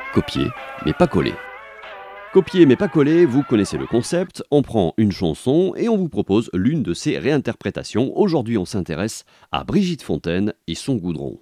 Copier, mais pas coller. Copier mais pas coller, vous connaissez le concept, on prend une chanson et on vous propose l'une de ses réinterprétations. Aujourd'hui on s'intéresse à Brigitte Fontaine et son goudron.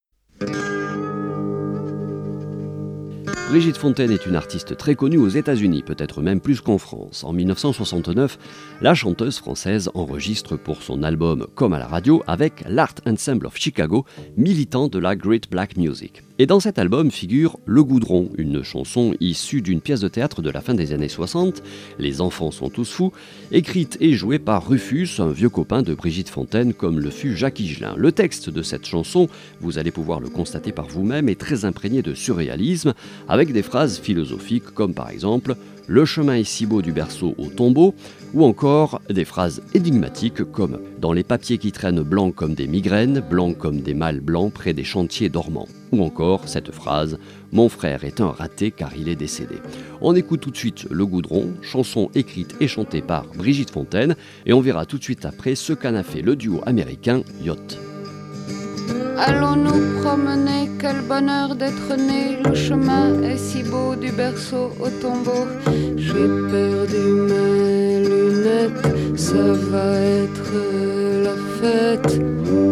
Brigitte Fontaine est une artiste très connue aux États-Unis, peut-être même plus qu'en France. En 1969, la chanteuse française enregistre pour son album Comme à la radio avec l'Art Ensemble of Chicago, militant de la Great Black Music. Et dans cet album figure Le Goudron, une chanson issue d'une pièce de théâtre de la fin des années 60, Les enfants sont tous fous, écrite et jouée par Rufus, un vieux copain de Brigitte Fontaine comme le fut Jacques Higelin. Le texte de cette chanson, vous allez pouvoir le constater par vous-même, est très imprégné de surréalisme, avec des phrases philosophiques comme par exemple « Le chemin est si beau du berceau au tombeau » ou encore des phrases énigmatiques comme « Dans les papiers qui traînent blancs comme des migraines, blancs comme des mâles blancs près des chantiers dormants » ou encore cette phrase « Mon frère est un raté car il est décédé ». On écoute tout de suite Le Goudron, chanson écrite et chantée par Brigitte Fontaine et on verra tout de suite après ce qu'en a fait le duo américain Yacht. Allons nous promener, quel bonheur d'être né. Le chemin est si beau du berceau au tombeau. J'ai perdu mes lunettes, ça va être la fête.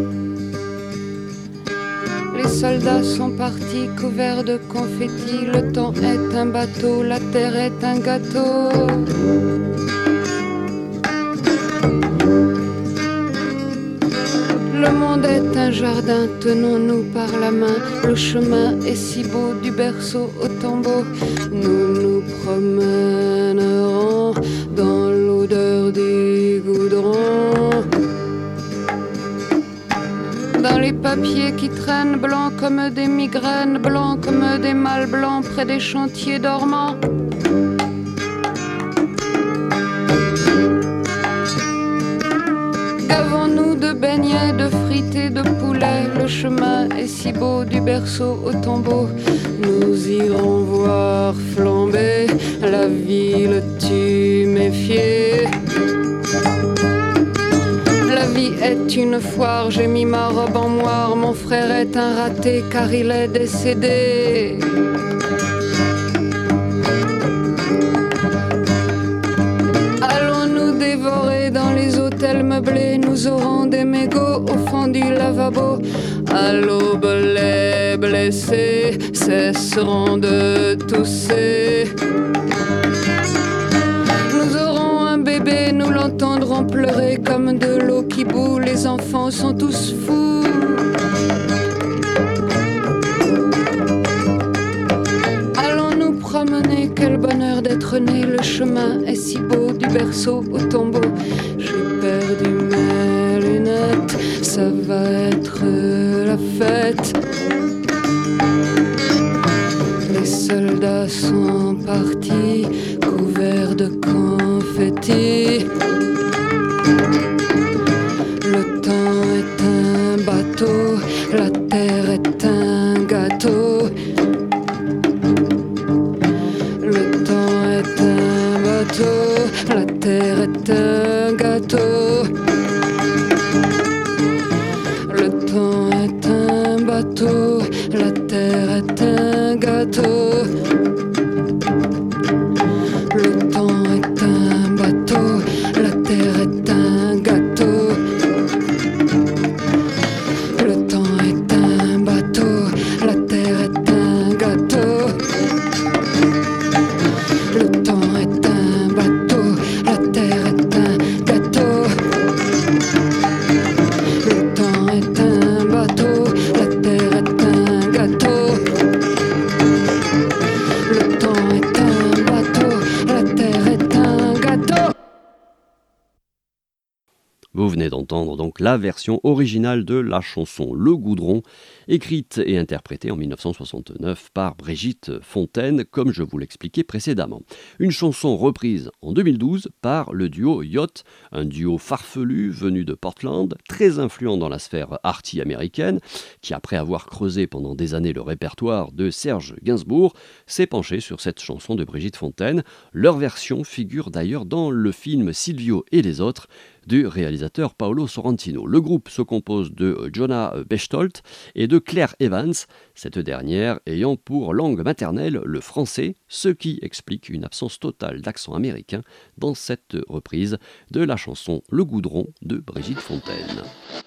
Les soldats sont partis couverts de confettis. Le temps est un bateau, la terre est un gâteau. Le monde est un jardin, tenons-nous par la main. Le chemin est si beau du berceau au tombeau. Nous nous promènerons dans l'odeur du goudron. Dans les papiers qui traînent blancs comme des migraines, blancs comme des mâles blancs près des chantiers dormants. Gavons-nous de beignets, de frites et de poulet. Le chemin est si beau du berceau au tombeau. Nous irons voir flamber la ville tuméfiée. La vie est une foire, j'ai mis ma robe en moire. Mon frère est un raté car il est décédé. Allons-nous dévorer dans les hôtels meublés. Nous aurons des mégots au fond du lavabo. À l'aube les blessés cesseront de tousser. Nous aurons un bébé, nous l'entendrons pleurer comme de l'eau qui bout. Les enfants sont tous fous. Allons-nous promener, quel bonheur d'être né. Le chemin est si beau du berceau au tombeau. J'ai perdu mes lunettes, ça va être la fête. Les soldats sont partis, couverts de confettis. Le temps est un bateau, la terre est un gâteau. Le temps est un bateau, la terre est un gâteau. Le temps est un bateau, la terre est un gâteau. Le temps est un bateau, la terre est un gâteau. Le temps est un bateau, la terre est un gâteau. Le temps est un bateau, la terre est un gâteau. Le temps est un bateau, la terre est un gâteau. Le temps est un bateau, la terre est un gâteau. Vous venez d'entendre donc la version originale de la chanson Le Goudron, écrite et interprétée en 1969 par Brigitte Fontaine, comme je vous l'expliquais précédemment. Une chanson reprise en 2012 par le duo Yacht, un duo farfelu venu de Portland, très influent dans la sphère arty américaine, qui après avoir creusé pendant des années le répertoire de Serge Gainsbourg, s'est penché sur cette chanson de Brigitte Fontaine. Leur version figure d'ailleurs dans le film Silvio et les autres du réalisateur Paolo Sorrentino. Le groupe se compose de Jonah Bechtold et de Claire Evans, cette dernière ayant pour langue maternelle le français, ce qui explique une absence totale d'accent américain dans cette reprise de la chanson Le Goudron de Brigitte Fontaine.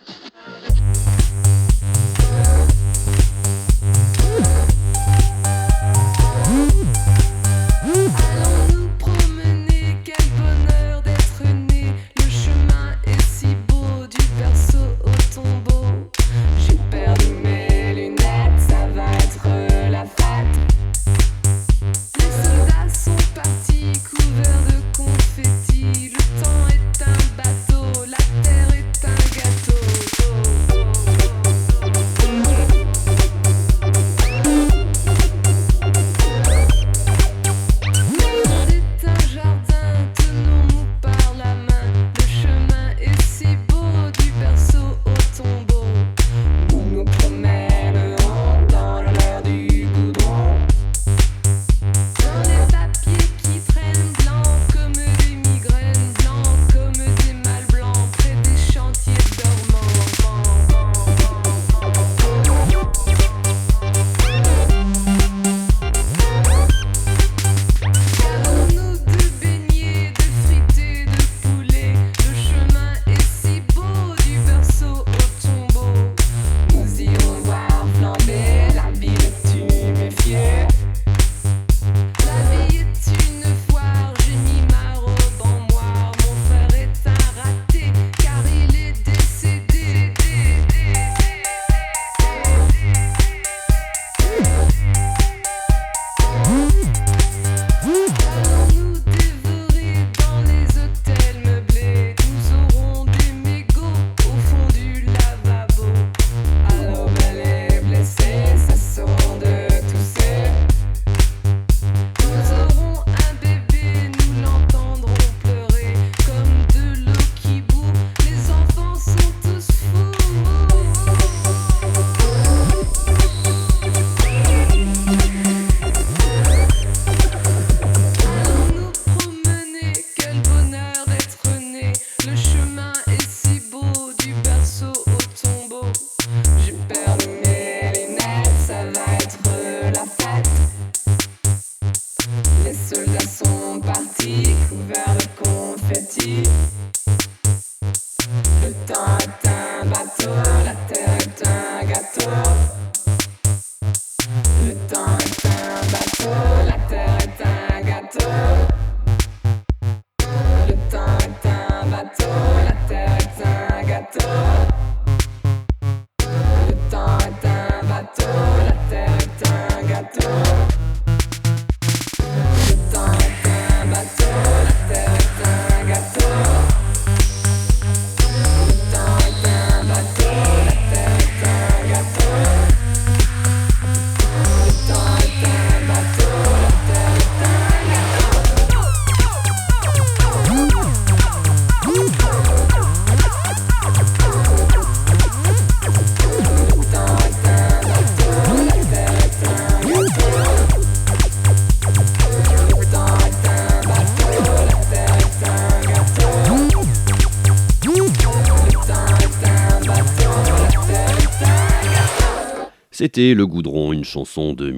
C'était Le Goudron, une chanson de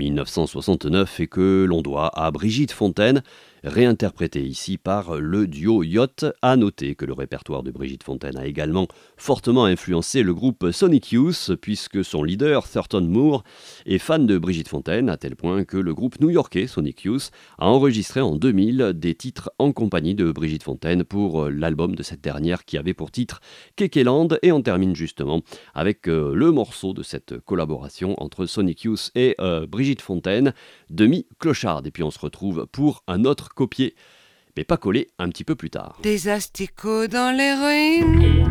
1969 et que l'on doit à Brigitte Fontaine, réinterprétée ici par le duo Yacht. À noter que le répertoire de Brigitte Fontaine a également fortement influencé le groupe Sonic Youth, puisque son leader, Thurston Moore, est fan de Brigitte Fontaine, à tel point que le groupe new-yorkais Sonic Youth a enregistré en 2000 des titres en compagnie de Brigitte Fontaine pour l'album de cette dernière qui avait pour titre Kekeland. Et on termine justement avec le morceau de cette collaboration entre Sonic Youth et Brigitte Fontaine, Demi-Clochard. Et puis on se retrouve pour un autre copié, mais pas collé, un petit peu plus tard. Des asticots dans l'héroïne,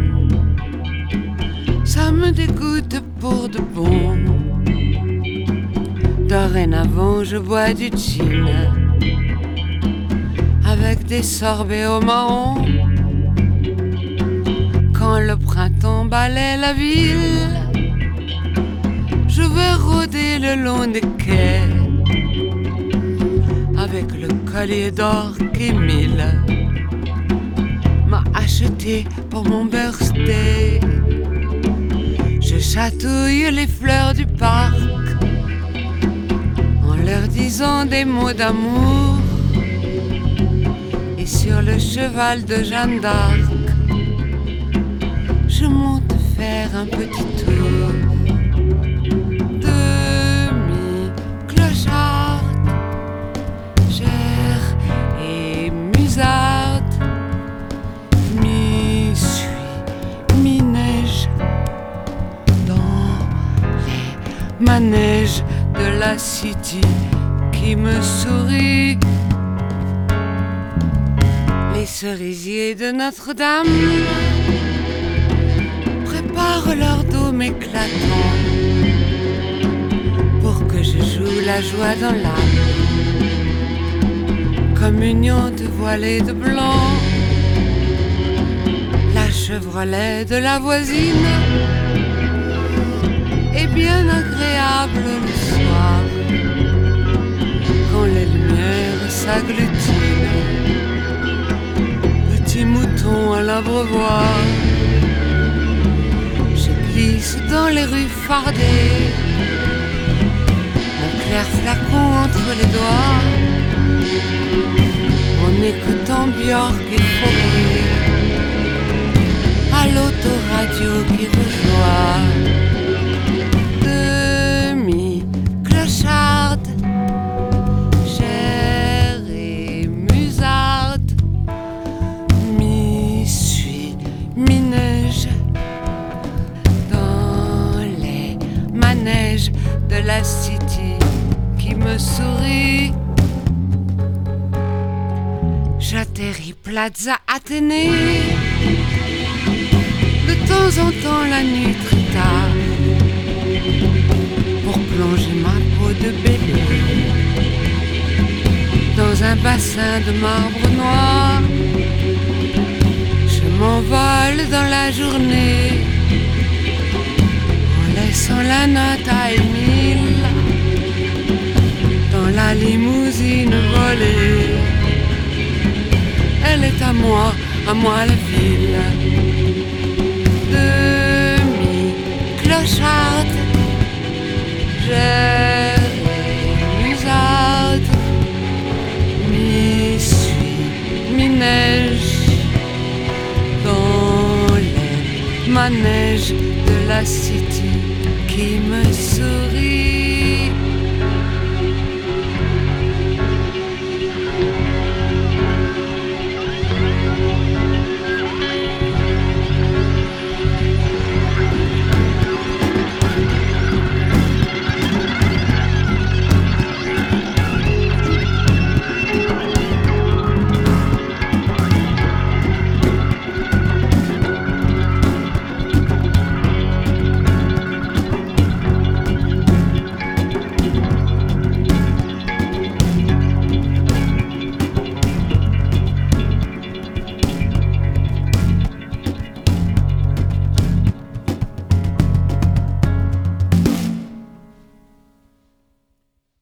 ça me dégoûte pour de bon. Dorénavant je bois du gin avec des sorbets au marron. Quand le printemps balaie la ville, je vais rôder le long des quais avec le collier d'or qu'Émile m'a acheté pour mon birthday. Je chatouille les fleurs du parc en leur disant des mots d'amour. Et sur le cheval de Jeanne d'Arc, je monte faire un petit tour. Demi-clocharde, gère et musarde, mi-suie, mi-neige dans les manèges de la city qui me sourit. Les cerisiers de Notre-Dame préparent leur dôme éclatant pour que je joue la joie dans l'âme, comme union de voilée de blanc. La Chevrolet de la voisine est bien agréable le soir quand les lumières s'agglutinent. Petit mouton à l'abreuvoir, je glisse dans les rues fardées, mon clair flacon entre les doigts, en écoutant Björk et Fauré, à l'autoradio qui rejoint. Demi-clocharde, chère et musarde, mi-suie, mi-neige dans les manèges de la city qui me sourit. J'atterris Plaza Athénée, de temps en temps la nuit très tard, pour plonger ma peau de bébé dans un bassin de marbre noir. Je m'envole dans la journée en laissant la note à Émile dans la limousine volée. Elle est à moi la ville. Demi-clocharde,